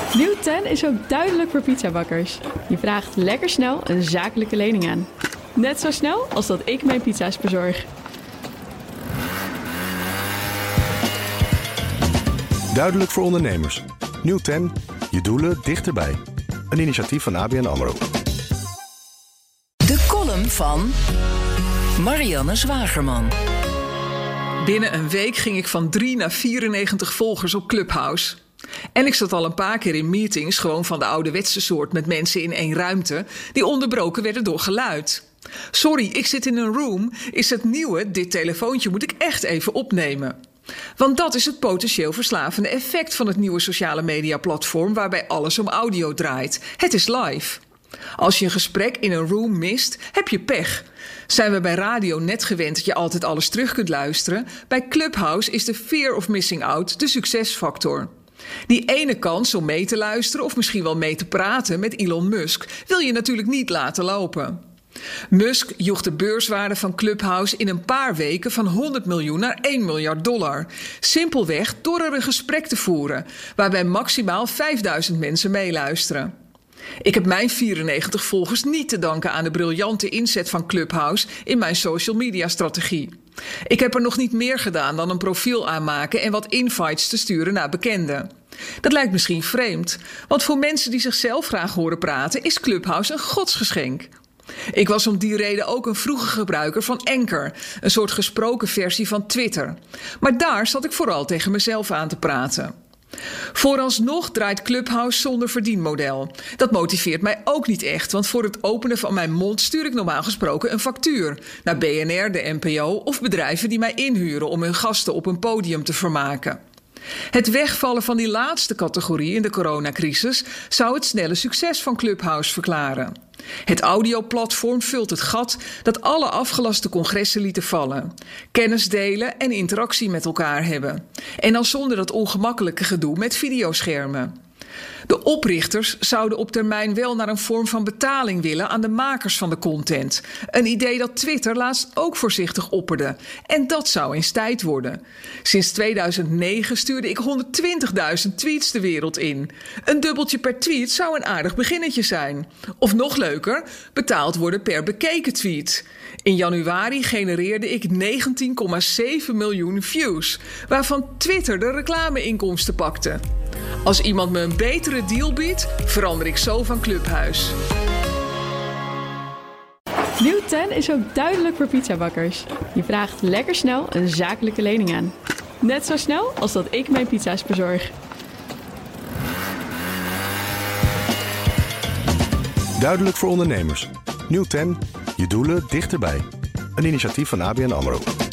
Nieuw 10 is ook duidelijk voor pizzabakkers. Je vraagt lekker snel een zakelijke lening aan. Net zo snel als dat ik mijn pizza's bezorg. Duidelijk voor ondernemers. Nieuw 10. Je doelen dichterbij. Een initiatief van ABN AMRO. De column van Marianne Zwagerman. Binnen een week ging ik van 3 naar 94 volgers op Clubhouse. En ik zat al een paar keer in meetings, gewoon van de ouderwetse soort, met mensen in één ruimte, die onderbroken werden door geluid. Sorry, ik zit in een room, is het nieuwe, dit telefoontje moet ik echt even opnemen. Want dat is het potentieel verslavende effect van het nieuwe sociale mediaplatform waarbij alles om audio draait. Het is live. Als je een gesprek in een room mist, heb je pech. Zijn we bij radio net gewend dat je altijd alles terug kunt luisteren? Bij Clubhouse is de fear of missing out de succesfactor. Die ene kans om mee te luisteren of misschien wel mee te praten met Elon Musk wil je natuurlijk niet laten lopen. Musk joeg de beurswaarde van Clubhouse in een paar weken van 100 miljoen naar 1 miljard dollar. Simpelweg door er een gesprek te voeren, waarbij maximaal 5000 mensen meeluisteren. Ik heb mijn 94 volgers niet te danken aan de briljante inzet van Clubhouse in mijn social media strategie. Ik heb er nog niet meer gedaan dan een profiel aanmaken en wat invites te sturen naar bekenden. Dat lijkt misschien vreemd, want voor mensen die zichzelf graag horen praten is Clubhouse een godsgeschenk. Ik was om die reden ook een vroege gebruiker van Anchor, een soort gesproken versie van Twitter. Maar daar zat ik vooral tegen mezelf aan te praten. Vooralsnog draait Clubhouse zonder verdienmodel. Dat motiveert mij ook niet echt, want voor het openen van mijn mond stuur ik normaal gesproken een factuur naar BNR, de NPO of bedrijven die mij inhuren om hun gasten op een podium te vermaken. Het wegvallen van die laatste categorie in de coronacrisis zou het snelle succes van Clubhouse verklaren. Het audioplatform vult het gat dat alle afgelaste congressen lieten vallen. Kennis delen en interactie met elkaar hebben. En dan zonder dat ongemakkelijke gedoe met videoschermen. De oprichters zouden op termijn wel naar een vorm van betaling willen aan de makers van de content. Een idee dat Twitter laatst ook voorzichtig opperde. En dat zou eens tijd worden. Sinds 2009 stuurde ik 120.000 tweets de wereld in. Een dubbeltje per tweet zou een aardig beginnetje zijn. Of nog leuker, betaald worden per bekeken tweet. In januari genereerde ik 19,7 miljoen views, waarvan Twitter de reclameinkomsten pakte. Als iemand me een betere deal biedt, verander ik zo van Clubhuis. Nieuw 10 is ook duidelijk voor pizzabakkers. Je vraagt lekker snel een zakelijke lening aan. Net zo snel als dat ik mijn pizza's bezorg. Duidelijk voor ondernemers. Nieuw 10. Je doelen dichterbij. Een initiatief van ABN AMRO.